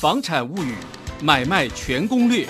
房产物语，买卖全攻略。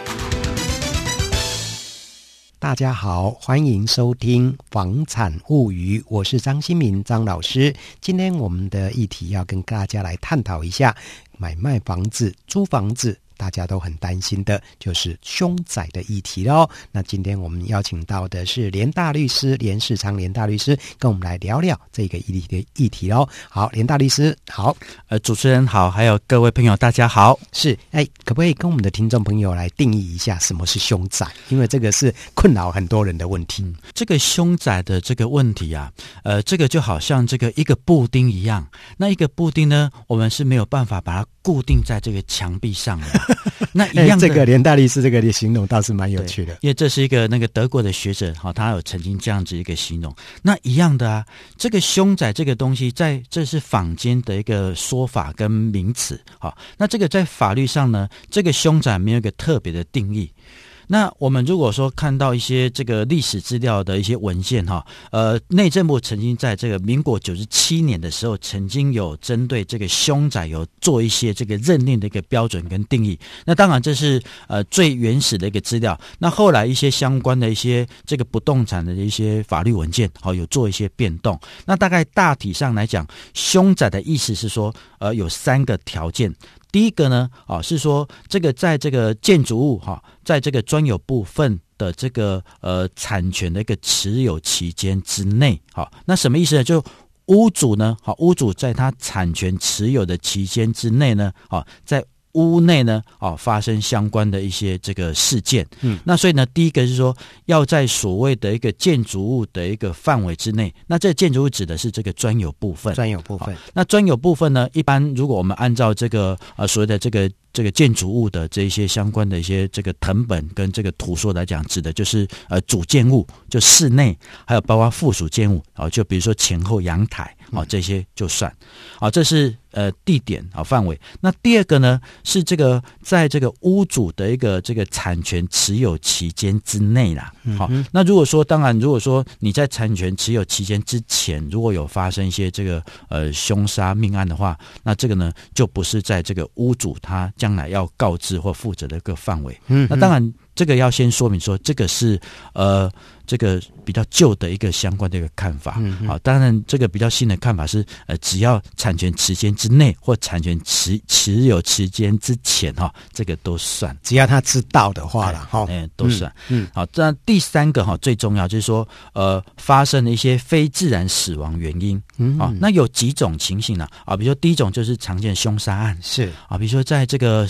大家好，欢迎收听房产物语，我是张新民张老师。今天我们的议题要跟大家来探讨一下买卖房子、租房子，大家都很担心的就是凶宅的议题咯。那今天我们邀请到的是连大律师连世昌连大律师，跟我们来聊聊这个议题咯。好，连大律师好。 主持人好，还有各位朋友大家好。 是，可不可以跟我们的听众朋友来定义一下什么是凶宅？因为这个是困扰很多人的问题。 这个凶宅的这个问题啊，这个就好像这个一个布丁一样，那一个布丁呢，我们是没有办法把它固定在这个墙壁上的。那一样的， 这个连大律师这个形容倒是蛮有趣的， 因为这是一个那个德国的学者，他有曾经这样子一个形容。那一样的啊，这个凶宅这个东西，这是坊间的一个说法跟名词。那这个在法律上呢，这个凶宅没有一个特别的定义。那我们如果说看到一些这个历史资料的一些文献内政部曾经在这个民国97年的时候，曾经有针对这个凶宅有做一些这个认定的一个标准跟定义。那当然这是最原始的一个资料。那后来一些相关的一些这个不动产的一些法律文件有做一些变动。那大体上来讲，凶宅的意思是说有3个条件。第一个呢，是说这个在这个建筑物在这个专有部分的这个产权的一个持有期间之内，那什么意思呢？就屋主呢，屋主在他产权持有的期间之内呢，在屋内呢，发生相关的一些这个事件。那所以呢，第一个是说要在所谓的一个建筑物的一个范围之内。那这建筑物指的是这个专有部分。那专有部分呢，一般如果我们按照这个所谓的这个建筑物的这些相关的一些这个誊本跟这个图说来讲，指的就是主建物，就室内，还有包括附属建物就比如说前后阳台这些就算这是地点范围。那第二个呢，是这个在这个屋主的一个这个产权持有期间之内啦。那如果说你在产权持有期间之前，如果有发生一些这个凶杀命案的话，那这个呢就不是在这个屋主他将来要告知或负责的一个范围。那当然这个要先说明说，这个是这个比较旧的一个相关的一个看法。当然这个比较新的看法是只要产权期间之内或产权持有期间之前这个都算， 只要他知道的话啦都算。好，这第3个最重要就是说发生了一些非自然死亡原因。那有几种情形呢？比如说第一种就是常见凶杀案，是比如说在这个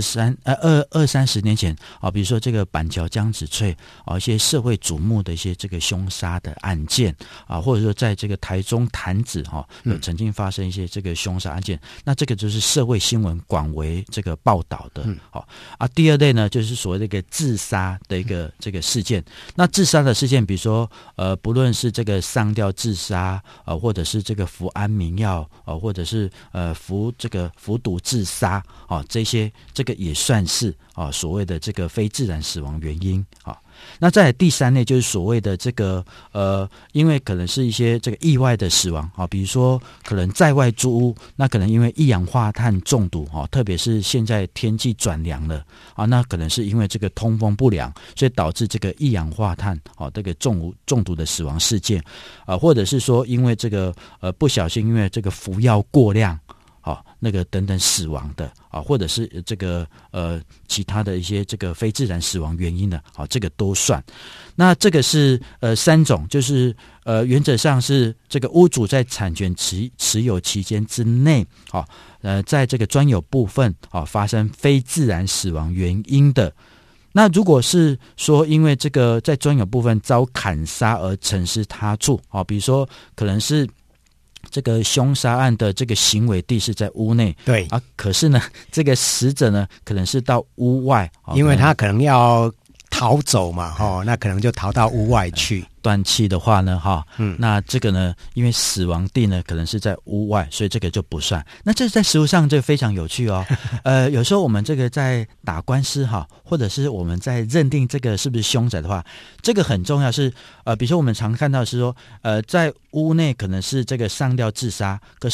20-30年前比如说这个板桥江子翠一些社会瞩目的一些这个凶杀的案件或者说在这个台中潭子有曾经发生一些这个凶杀案件，那这个就是社会新闻广为这个报道的。第二类呢，就是所谓的一个自杀的一个这个事件。那自杀的事件，比如说不论是这个上吊自杀或者是这个服安眠药或者是服毒自杀这些，这个也算是所谓的这个非自然死亡原因。那再来第3类就是所谓的这个因为可能是一些这个意外的死亡比如说可能在外租屋，那可能因为一氧化碳中毒特别是现在天气转凉了那可能是因为这个通风不良，所以导致这个一氧化碳这个中毒的死亡事件或者是说因为这个不小心因为这个服药过量那个等等死亡的或者是这个其他的一些这个非自然死亡原因的这个都算。那这个是3种，就是原则上是这个屋主在产权持有期间之内在这个专有部分发生非自然死亡原因的。那如果是说因为这个在专有部分遭砍杀而沉尸他处比如说可能是这个凶杀案的这个行为地是在屋内，对可是呢这个死者呢可能是到屋外因为他可能要逃走嘛那可能就逃到屋外去。 断气的话呢那这个呢因为死亡地呢可能是在屋外，所以这个就不算。那这在实务上这个非常有趣有时候我们这个在打官司或者是我们在认定这个是不是凶宅的话，这个很重要是比如说我们常看到是说在屋内可能是这个上吊自杀，可是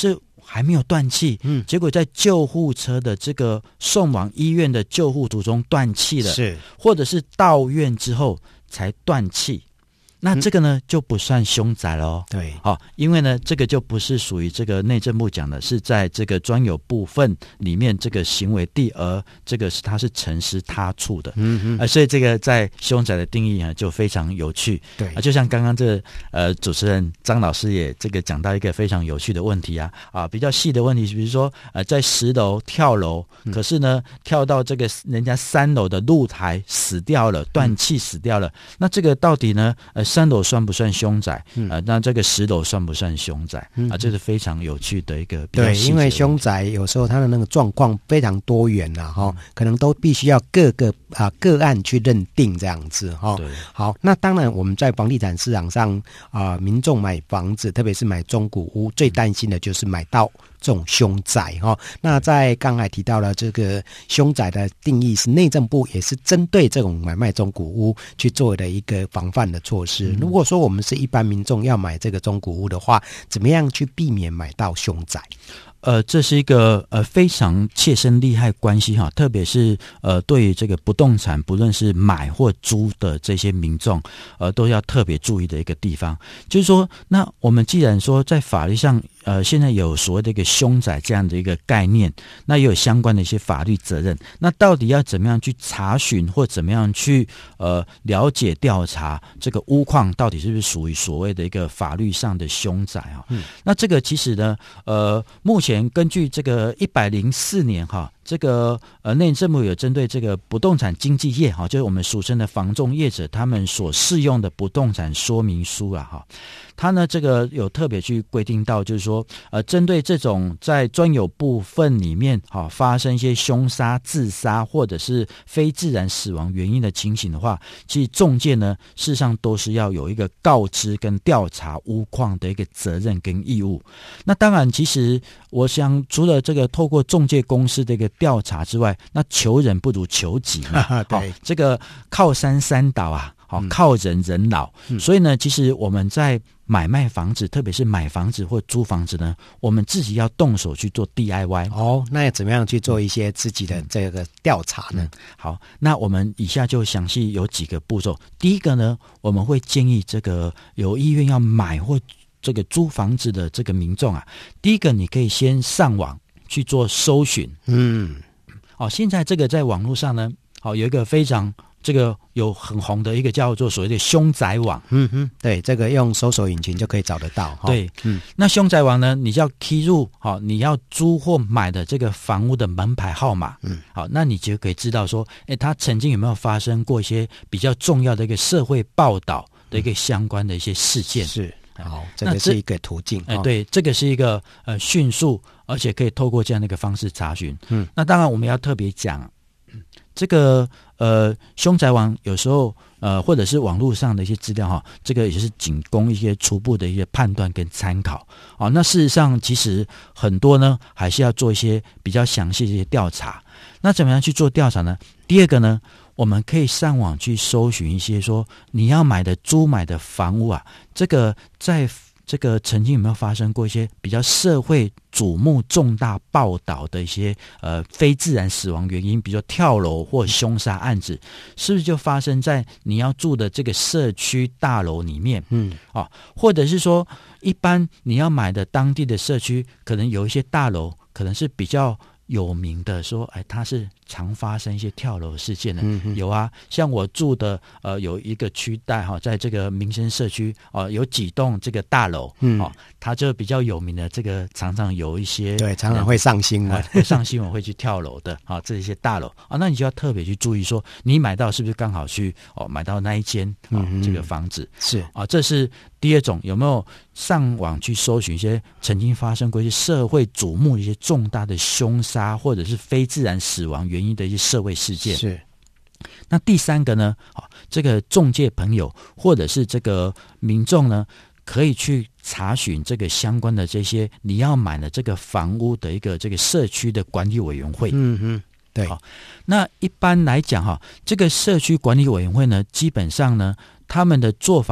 还没有断气，结果在救护车的这个送往医院的救护途中断气了， 是， 或者是到院之后才断气。那这个呢就不算凶宅了哦。 对， 好，因为呢这个就不是属于这个内政部讲的，是在这个专有部分里面这个行为地，而这个它是陈尸他处的。所以这个在凶宅的定义就非常有趣。 对， 就像刚刚主持人张老师也这个讲到一个非常有趣的问题比较细的问题，比如说在10楼跳楼，可是呢跳到这个人家3楼的露台死掉了，断气死掉了，那这个到底呢3楼算不算凶宅？那这个10楼算不算凶宅？这是非常有趣的一个比较细节的问题。 对，因为凶宅有时候它的那个状况非常多元可能都必须要各个个案去认定这样子对， 好，那当然我们在房地产市场上民众买房子，特别是买中古屋，最担心的就是买到这种凶宅那在刚才提到了这个凶宅的定义，是内政部也是针对这种买卖中古屋去做的一个防范的措施。如果说我们是一般民众要买这个中古屋的话，怎么样去避免买到凶宅？ 这是一个非常切身利害关系特别是对于这个不动产，不论是买或租的这些民众，都要特别注意的一个地方，就是说，那我们既然说在法律上现在有所谓的一个凶宅这样的一个概念，那也有相关的一些法律责任，那到底要怎么样去查询或怎么样去了解调查这个屋况到底是不是属于所谓的一个法律上的凶宅那这个其实呢目前根据这个104年这个内政部有针对这个不动产经纪业就是我们俗称的房仲业者，他们所适用的不动产说明书它呢这个有特别去规定到，就是说针对这种在专有部分里面发生一些凶杀、自杀或者是非自然死亡原因的情形的话，其实仲介呢事实上都是要有一个告知跟调查屋况的一个责任跟义务。那当然其实我想除了这个透过仲介公司的一个调查之外，那求人不如求己嘛对， 这个靠山山倒靠人人老所以呢其实我们在买卖房子，特别是买房子或租房子呢，我们自己要动手去做 DIY 那要怎么样去做一些自己的这个调查呢？ 好，那我们以下就详细有几个步骤。第一个呢，我们会建议这个有意愿要买或这个租房子的这个民众第一个你可以先上网去做搜寻现在这个在网络上呢有一个非常这个有很红的一个叫做所谓的凶宅网对，这个用搜索引擎就可以找得到对那凶宅网呢，你就要 key 入你要租或买的这个房屋的门牌号码好，那你就可以知道说它曾经有没有发生过一些比较重要的一个社会报道的一个相关的一些事件是好，这个是一个途径对，这个是一个迅速而且可以透过这样的一个方式查询那当然我们要特别讲这个凶宅网有时候或者是网络上的一些资料这个也是仅供一些初步的一些判断跟参考那事实上其实很多呢还是要做一些比较详细的一些调查。那怎么样去做调查呢？第二个呢，我们可以上网去搜寻一些说你要买的租买的房屋这个在这个曾经有没有发生过一些比较社会瞩目重大报道的一些非自然死亡原因，比如说跳楼或凶杀案子，是不是就发生在你要住的这个社区大楼里面或者是说一般你要买的当地的社区可能有一些大楼可能是比较有名的说它是常发生一些跳楼事件的有像我住的有一个区带在这个民生社区有几栋这个大楼它就比较有名的，这个常常有一些对常常会上新闻会上新闻会去跳楼的这些大楼那你就要特别去注意说你买到是不是刚好去买到那一间这个房子是这是第二种，有没有上网去搜寻一些曾经发生过一些社会瞩目的一些重大的凶杀或者是非自然死亡原因的一些社会事件。 是。 那第三个呢这个仲介朋友或者是这个民众呢可以去查询这个相关的这些你要买的这个房屋的一个这个社区的管理委员会对那一般来讲这个社区管理委员会呢基本上呢他们的做法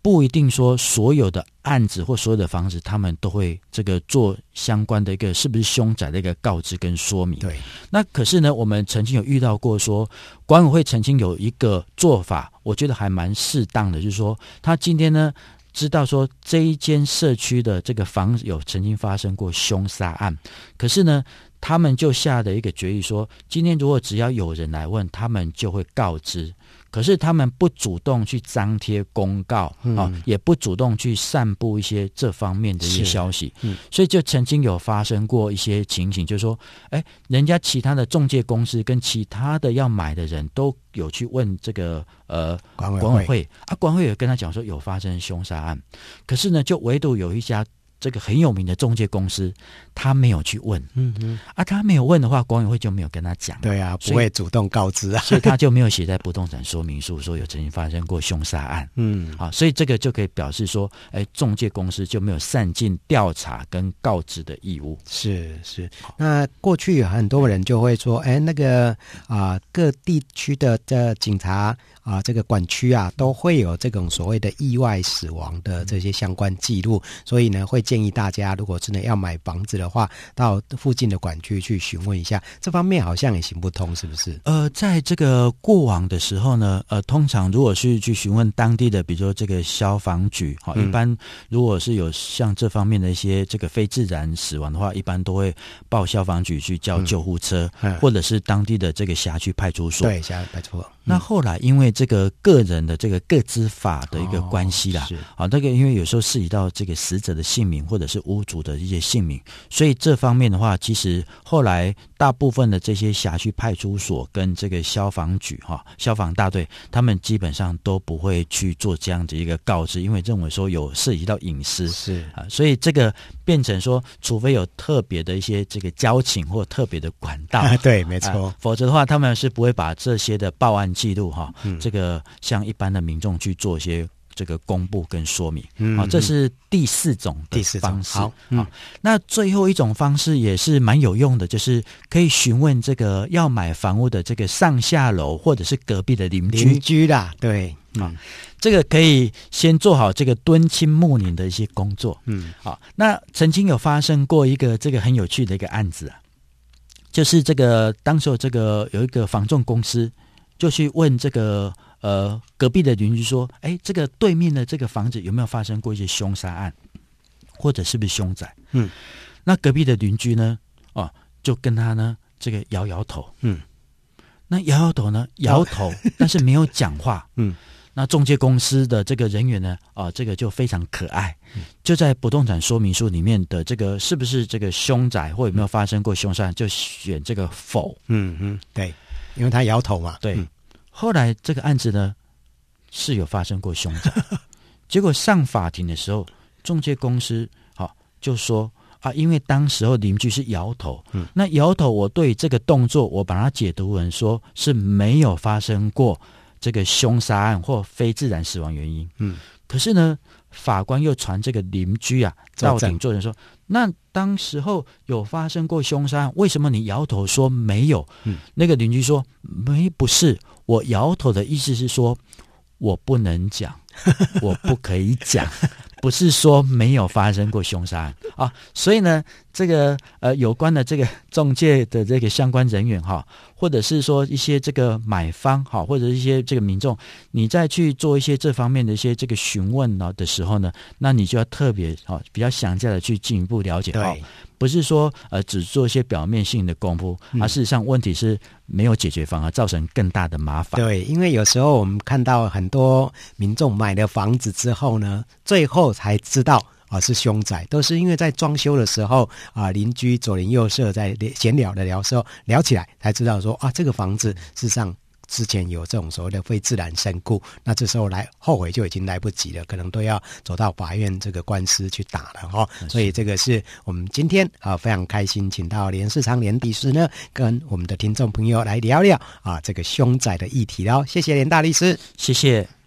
不一定说所有的案子或所有的房子，他们都会这个做相关的一个是不是凶宅的一个告知跟说明。 对， 那可是呢，我们曾经有遇到过说，管委会曾经有一个做法，我觉得还蛮适当的，就是说他今天呢知道说这一间社区的这个房子有曾经发生过凶杀案，可是呢他们就下的一个决议说，今天如果只要有人来问，他们就会告知。可是他们不主动去张贴公告也不主动去散布一些这方面的一些消息，所以就曾经有发生过一些情形，就是说，人家其他的仲介公司跟其他的要买的人都有去问这个管委会管委会有跟他讲说有发生凶杀案，可是呢，就唯独有一家这个很有名的仲介公司，他没有去问，他没有问的话，管委会就没有跟他讲， 对啊，不会主动告知啊， 所以他就没有写在不动产说明书说有曾经发生过凶杀案，所以这个就可以表示说，仲介公司就没有善尽调查跟告知的义务。 是，那过去有很多人就会说，那个各地区的警察这个管区都会有这种所谓的意外死亡的这些相关记录，所以呢，会建议大家如果真的要买房子的话，到附近的管区去询问一下，这方面好像也行不通，是不是？ 在这个过往的时候呢，通常如果是去询问当地的，比如说这个消防局，一般如果是有像这方面的一些这个非自然死亡的话，一般都会报消防局去叫救护车，或者是当地的这个辖区派出所。 对，辖区派出所。 那后来因为这个个人的这个个资法的一个关系啦，这个因为有时候涉及到这个死者的姓名或者是屋主的一些姓名，所以这方面的话，其实后来大部分的这些辖区派出所跟这个消防局消防大队，他们基本上都不会去做这样的一个告知，因为认为说有涉及到隐私，所以这个变成说，除非有特别的一些这个交情或特别的管道， 对，没错， 否则的话，他们是不会把这些的报案记录这个向一般的民众去做一些这个公布跟说明。这是第四种的方式。那最后一种方式也是蛮有用的，就是可以询问这个要买房屋的这个上下楼或者是隔壁的邻居啦，对。 这个可以先做好这个敦亲睦邻的一些工作。那曾经有发生过一个这个很有趣的一个案子就是这个当时这个有一个房仲公司就去问这个隔壁的邻居说，这个对面的这个房子有没有发生过一些凶杀案，或者是不是凶宅？那隔壁的邻居呢，就跟他呢这个摇摇头，那摇头，但是没有讲话，那仲介公司的这个人员呢，这个就非常可爱，就在不动产说明书里面的这个是不是这个凶宅或有没有发生过凶杀案，就选这个否。 对，因为他摇头嘛。 对，后来这个案子呢是有发生过凶宅，结果上法庭的时候，仲介公司就说因为当时候邻居是摇头，那摇头我对这个动作我把它解读成说是没有发生过这个凶杀案或非自然死亡原因。可是呢，法官又传这个邻居到庭作证说，那当时候有发生过凶杀案，为什么你摇头说没有？那个邻居说不是，我摇头的意思是说我不能讲，我不可以讲，不是说没有发生过凶杀案所以呢，这个有关的这个仲介的这个相关人员或者是说一些这个买方或者一些这个民众，你再去做一些这方面的一些这个询问的时候呢，那你就要特别比较详细的去进一步了解不是说只做一些表面性的功夫，事实上问题是没有解决方案，造成更大的麻烦。 对，因为有时候我们看到很多民众买了房子之后呢，最后才知道是凶宅，都是因为在装修的时候邻居左邻右舍在闲聊的时候聊起来，才知道说这个房子事实上之前有这种所谓的非自然身故，那这时候后悔就已经来不及了，可能都要走到法院这个官司去打了所以这个是我们今天非常开心请到连世昌连律师呢，跟我们的听众朋友来聊聊这个凶宅的议题了。谢谢连大律师。 谢谢。